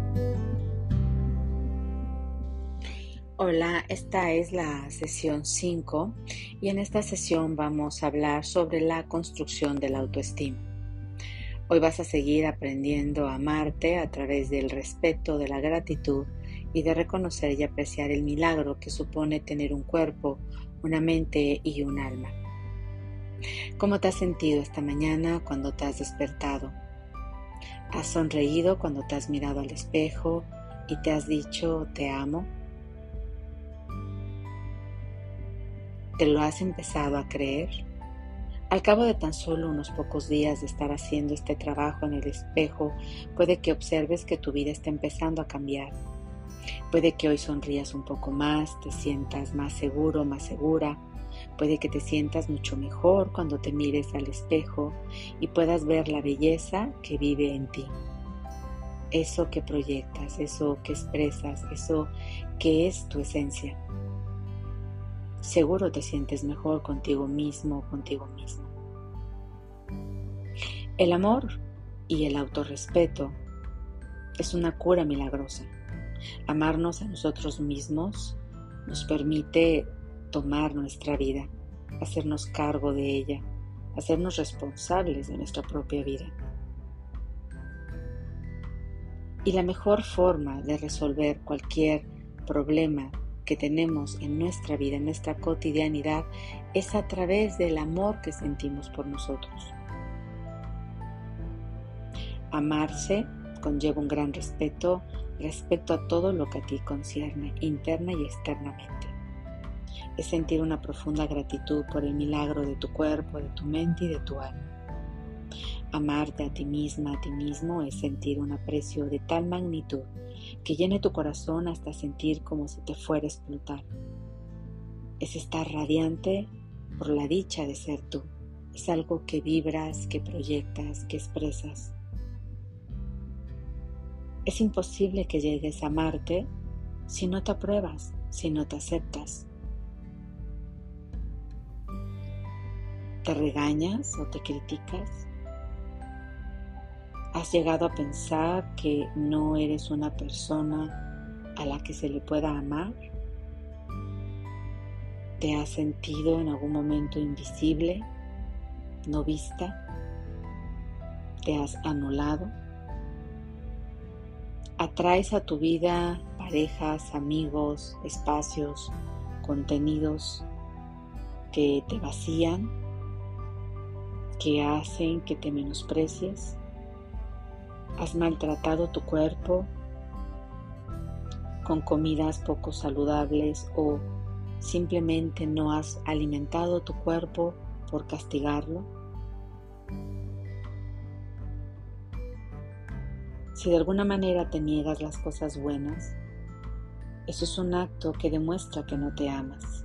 Hola, esta es la sesión 5 y en esta sesión vamos a hablar sobre la construcción de la autoestima. Hoy vas a seguir aprendiendo a amarte a través del respeto, de la gratitud y de reconocer y apreciar el milagro que supone tener un cuerpo, una mente y un alma. ¿Cómo te has sentido esta mañana cuando te has despertado? ¿Has sonreído cuando te has mirado al espejo y te has dicho te amo? ¿Te lo has empezado a creer? Al cabo de tan solo unos pocos días de estar haciendo este trabajo en el espejo, puede que observes que tu vida está empezando a cambiar. Puede que hoy sonrías un poco más, te sientas más seguro, más segura. Puede que te sientas mucho mejor cuando te mires al espejo y puedas ver la belleza que vive en ti. Eso que proyectas, eso que expresas, eso que es tu esencia. Seguro te sientes mejor contigo mismo o contigo misma. El amor y el autorrespeto es una cura milagrosa. Amarnos a nosotros mismos nos permite tomar nuestra vida, hacernos cargo de ella, hacernos responsables de nuestra propia vida. Y la mejor forma de resolver cualquier problema que tenemos en nuestra vida, en nuestra cotidianidad, es a través del amor que sentimos por nosotros. Amarse conlleva un gran respeto a todo lo que a ti concierne, interna y externamente. Es sentir una profunda gratitud por el milagro de tu cuerpo, de tu mente y de tu alma. Amarte a ti misma, a ti mismo, es sentir un aprecio de tal magnitud que llene tu corazón hasta sentir como si te fuera a explotar. Es estar radiante por la dicha de ser tú. Es algo que vibras, que proyectas, que expresas. Es imposible que llegues a amarte si no te apruebas, si no te aceptas. ¿Te regañas o te criticas? ¿Has llegado a pensar que no eres una persona a la que se le pueda amar? ¿Te has sentido en algún momento invisible, no vista? ¿Te has anulado? ¿Atraes a tu vida parejas, amigos, espacios, contenidos que te vacían, que hacen que te menosprecies? ¿Has maltratado tu cuerpo con comidas poco saludables o simplemente no has alimentado tu cuerpo por castigarlo? Si de alguna manera te niegas las cosas buenas, eso es un acto que demuestra que no te amas.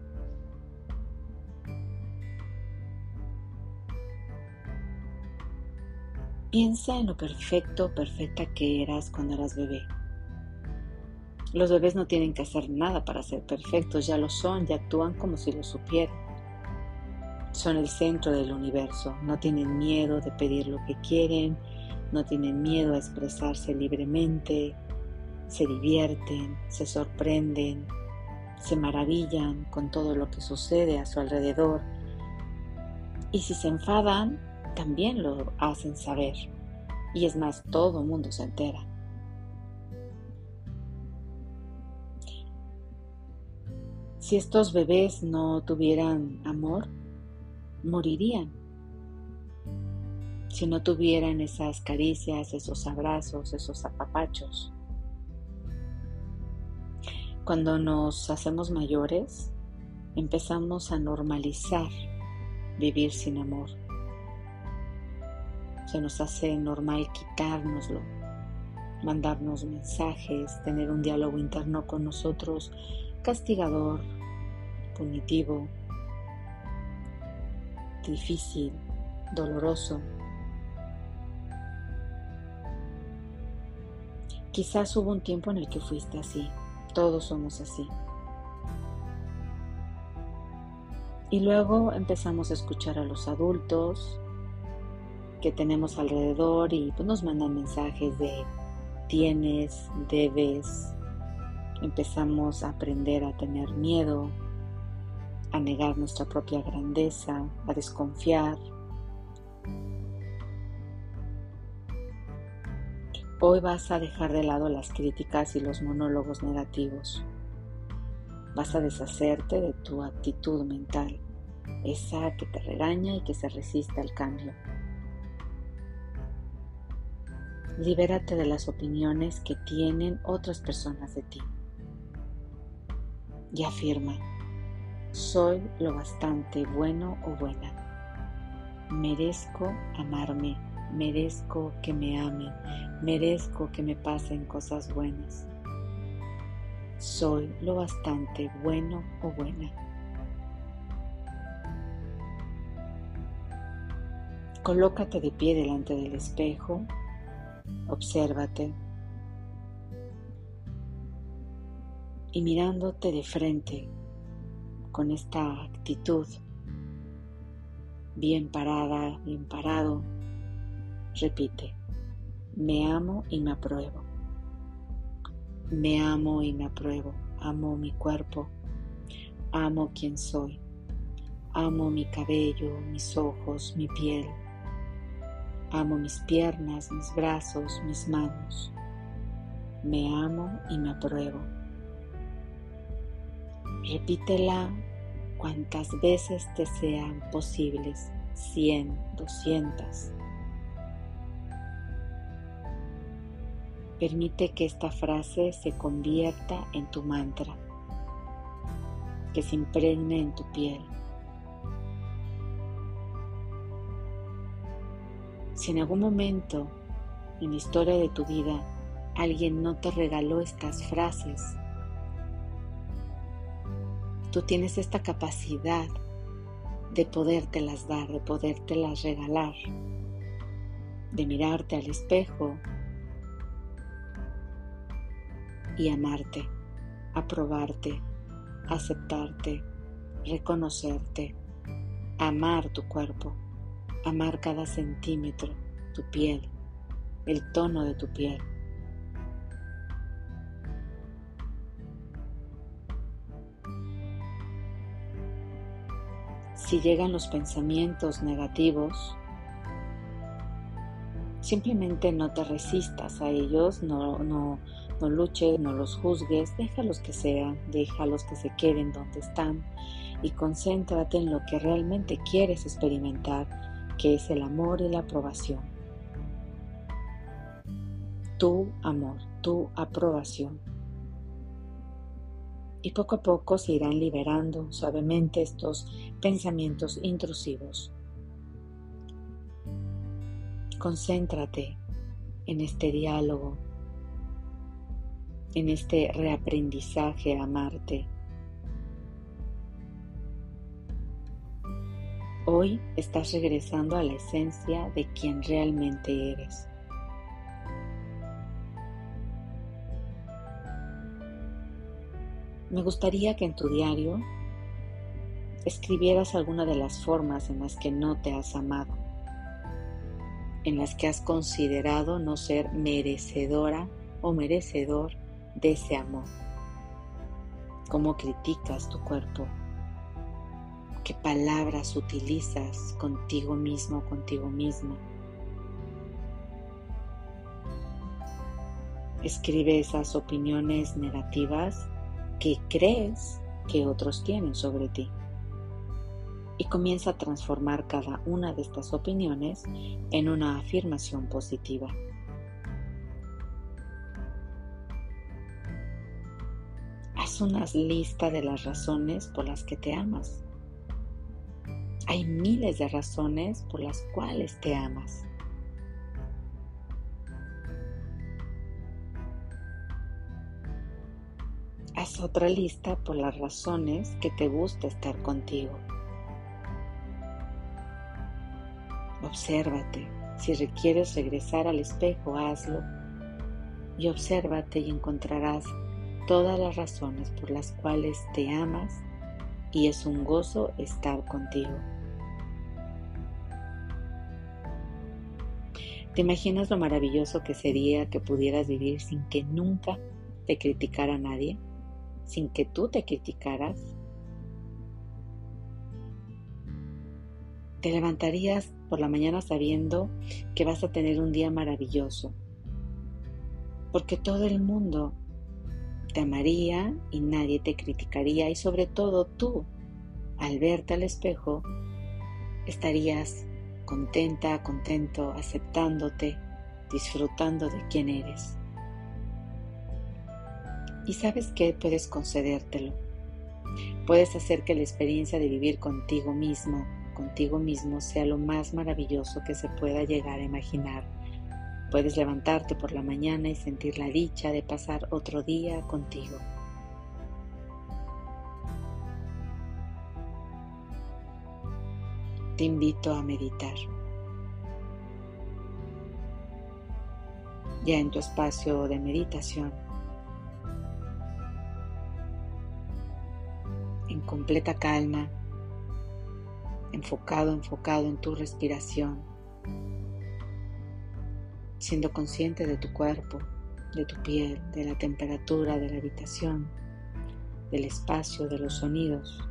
Piensa en lo perfecto, perfecta que eras cuando eras bebé. Los bebés no tienen que hacer nada para ser perfectos, ya lo son, ya actúan como si lo supieran. Son el centro del universo, no tienen miedo de pedir lo que quieren, no tienen miedo a expresarse libremente, se divierten, se sorprenden, se maravillan con todo lo que sucede a su alrededor. Y si se enfadan, también lo hacen saber. Y es más, todo el mundo se entera. Si estos bebés no tuvieran amor, morirían. Si no tuvieran esas caricias, esos abrazos, esos apapachos. Cuando nos hacemos mayores, empezamos a normalizar vivir sin amor. Se nos hace normal quitárnoslo, mandarnos mensajes, tener un diálogo interno con nosotros castigador, punitivo, difícil, doloroso. Quizás hubo un tiempo en el que fuiste así, todos somos así. Y luego empezamos a escuchar a los adultos que tenemos alrededor y pues nos mandan mensajes de tienes, debes. Empezamos a aprender a tener miedo, a negar nuestra propia grandeza, a desconfiar. Hoy vas a dejar de lado las críticas y los monólogos negativos. Vas a deshacerte de tu actitud mental, esa que te regaña y que se resiste al cambio. Libérate de las opiniones que tienen otras personas de ti. Y afirma: soy lo bastante bueno o buena. Merezco amarme, merezco que me amen, merezco que me pasen cosas buenas. Soy lo bastante bueno o buena. Colócate de pie delante del espejo, obsérvate y mirándote de frente con esta actitud, bien parada, bien parado, repite: me amo y me apruebo. Me amo y me apruebo. Amo mi cuerpo. Amo quien soy. Amo mi cabello, mis ojos, mi piel. Amo mis piernas, mis brazos, mis manos. Me amo y me apruebo. Repítela cuantas veces te sean posibles, 100, 200. Permite que esta frase se convierta en tu mantra, que se impregne en tu piel. Si en algún momento en la historia de tu vida alguien no te regaló estas frases, tú tienes esta capacidad de podértelas dar, de podértelas regalar, de mirarte al espejo y amarte, aprobarte, aceptarte, reconocerte, amar tu cuerpo, amar cada centímetro, tu piel, el tono de tu piel. Si llegan los pensamientos negativos, simplemente no te resistas a ellos, no luches, no los juzgues, déjalos que sean, déjalos que se queden donde están y concéntrate en lo que realmente quieres experimentar, que es el amor y la aprobación. Tu amor, tu aprobación. Y poco a poco se irán liberando suavemente estos pensamientos intrusivos. Concéntrate en este diálogo, en este reaprendizaje a amarte. Hoy estás regresando a la esencia de quien realmente eres. Me gustaría que en tu diario escribieras alguna de las formas en las que no te has amado, en las que has considerado no ser merecedora o merecedor de ese amor. ¿Cómo criticas tu cuerpo? ¿Qué palabras utilizas contigo mismo, contigo misma? Escribe esas opiniones negativas que crees que otros tienen sobre ti y comienza a transformar cada una de estas opiniones en una afirmación positiva. Haz una lista de las razones por las que te amas. Hay miles de razones por las cuales te amas. Haz otra lista por las razones que te gusta estar contigo. Obsérvate. Si requieres regresar al espejo, hazlo. Y obsérvate y encontrarás todas las razones por las cuales te amas y es un gozo estar contigo. ¿Te imaginas lo maravilloso que sería que pudieras vivir sin que nunca te criticara nadie? Sin que tú te criticaras. Te levantarías por la mañana sabiendo que vas a tener un día maravilloso, porque todo el mundo te amaría y nadie te criticaría, y sobre todo tú, al verte al espejo, estarías contenta, contento, aceptándote, disfrutando de quién eres. Y sabes que puedes concedértelo. Puedes hacer que la experiencia de vivir contigo mismo sea lo más maravilloso que se pueda llegar a imaginar. Puedes levantarte por la mañana y sentir la dicha de pasar otro día contigo. Te invito a meditar. Ya en tu espacio de meditación, en completa calma, enfocado en tu respiración, siendo consciente de tu cuerpo, de tu piel, de la temperatura de la habitación, del espacio, de los sonidos.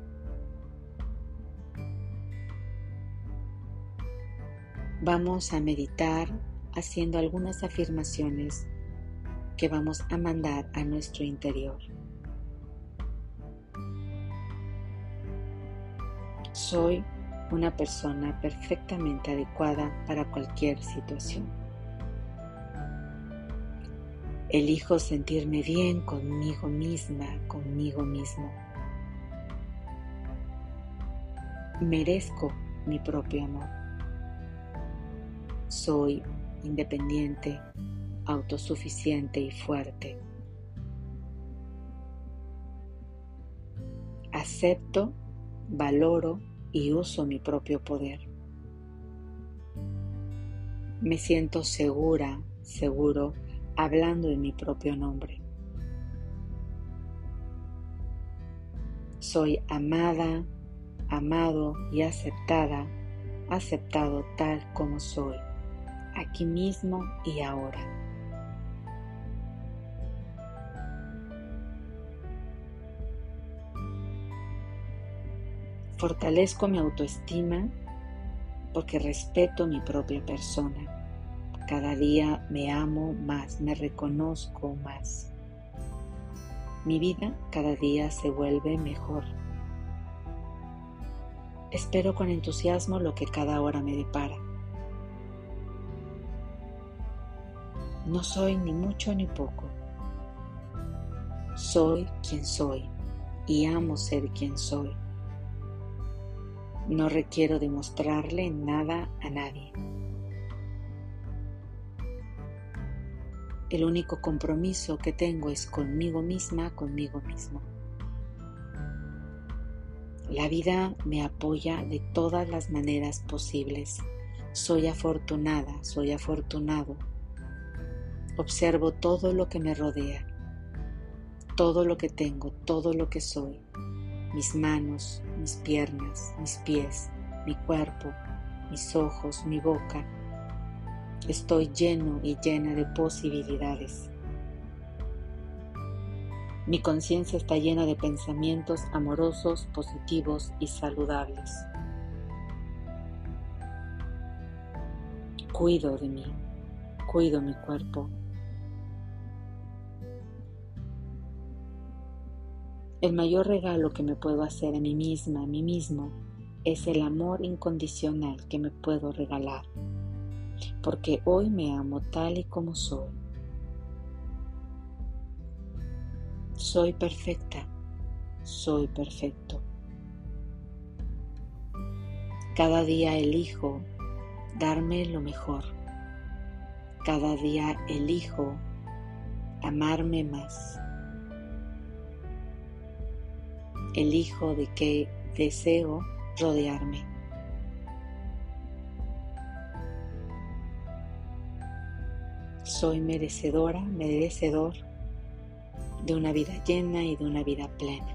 Vamos a meditar haciendo algunas afirmaciones que vamos a mandar a nuestro interior. Soy una persona perfectamente adecuada para cualquier situación. Elijo sentirme bien conmigo misma, conmigo mismo. Merezco mi propio amor. Soy independiente, autosuficiente y fuerte. Acepto, valoro y uso mi propio poder. Me siento segura, seguro, hablando en mi propio nombre. Soy amada, amado y aceptado tal como soy, aquí mismo y ahora. Fortalezco mi autoestima porque respeto mi propia persona. Cada día me amo más, me reconozco más. Mi vida cada día se vuelve mejor. Espero con entusiasmo lo que cada hora me depara. No soy ni mucho ni poco. Soy quien soy y amo ser quien soy. No requiero demostrarle nada a nadie. El único compromiso que tengo es conmigo misma, conmigo mismo. La vida me apoya de todas las maneras posibles. Soy afortunada, soy afortunado. Observo todo lo que me rodea, todo lo que tengo, todo lo que soy. Mis manos, mis piernas, mis pies, mi cuerpo, mis ojos, mi boca. Estoy lleno y llena de posibilidades. Mi conciencia está llena de pensamientos amorosos, positivos y saludables. Cuido de mí, cuido mi cuerpo. El mayor regalo que me puedo hacer a mí misma, a mí mismo, es el amor incondicional que me puedo regalar, porque hoy me amo tal y como soy. Soy perfecta, soy perfecto. Cada día elijo darme lo mejor. Cada día elijo amarme más. Elijo de qué deseo rodearme. Soy merecedora, merecedor de una vida llena y de una vida plena.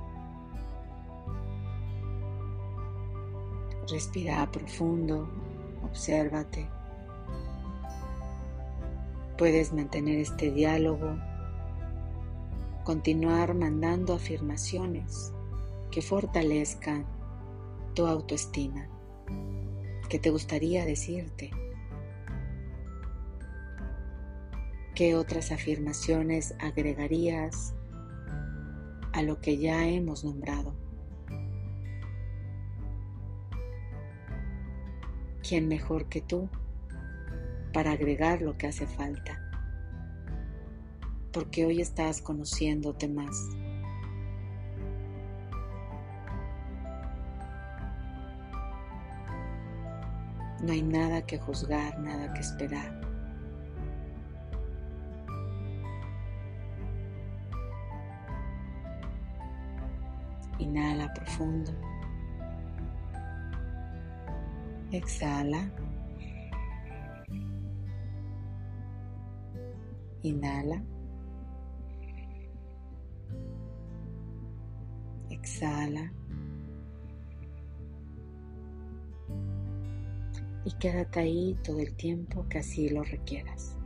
Respira profundo Obsérvate. Puedes mantener este diálogo, continuar mandando afirmaciones que fortalezcan tu autoestima. ¿Qué te gustaría decirte? ¿Qué otras afirmaciones agregarías a lo que ya hemos nombrado? ¿Quién mejor que tú para agregar lo que hace falta? Porque hoy estás conociéndote más. No hay nada que juzgar, nada que esperar. Inhala profundo. Exhala. Inhala. Exhala. Y quédate ahí todo el tiempo que así lo requieras.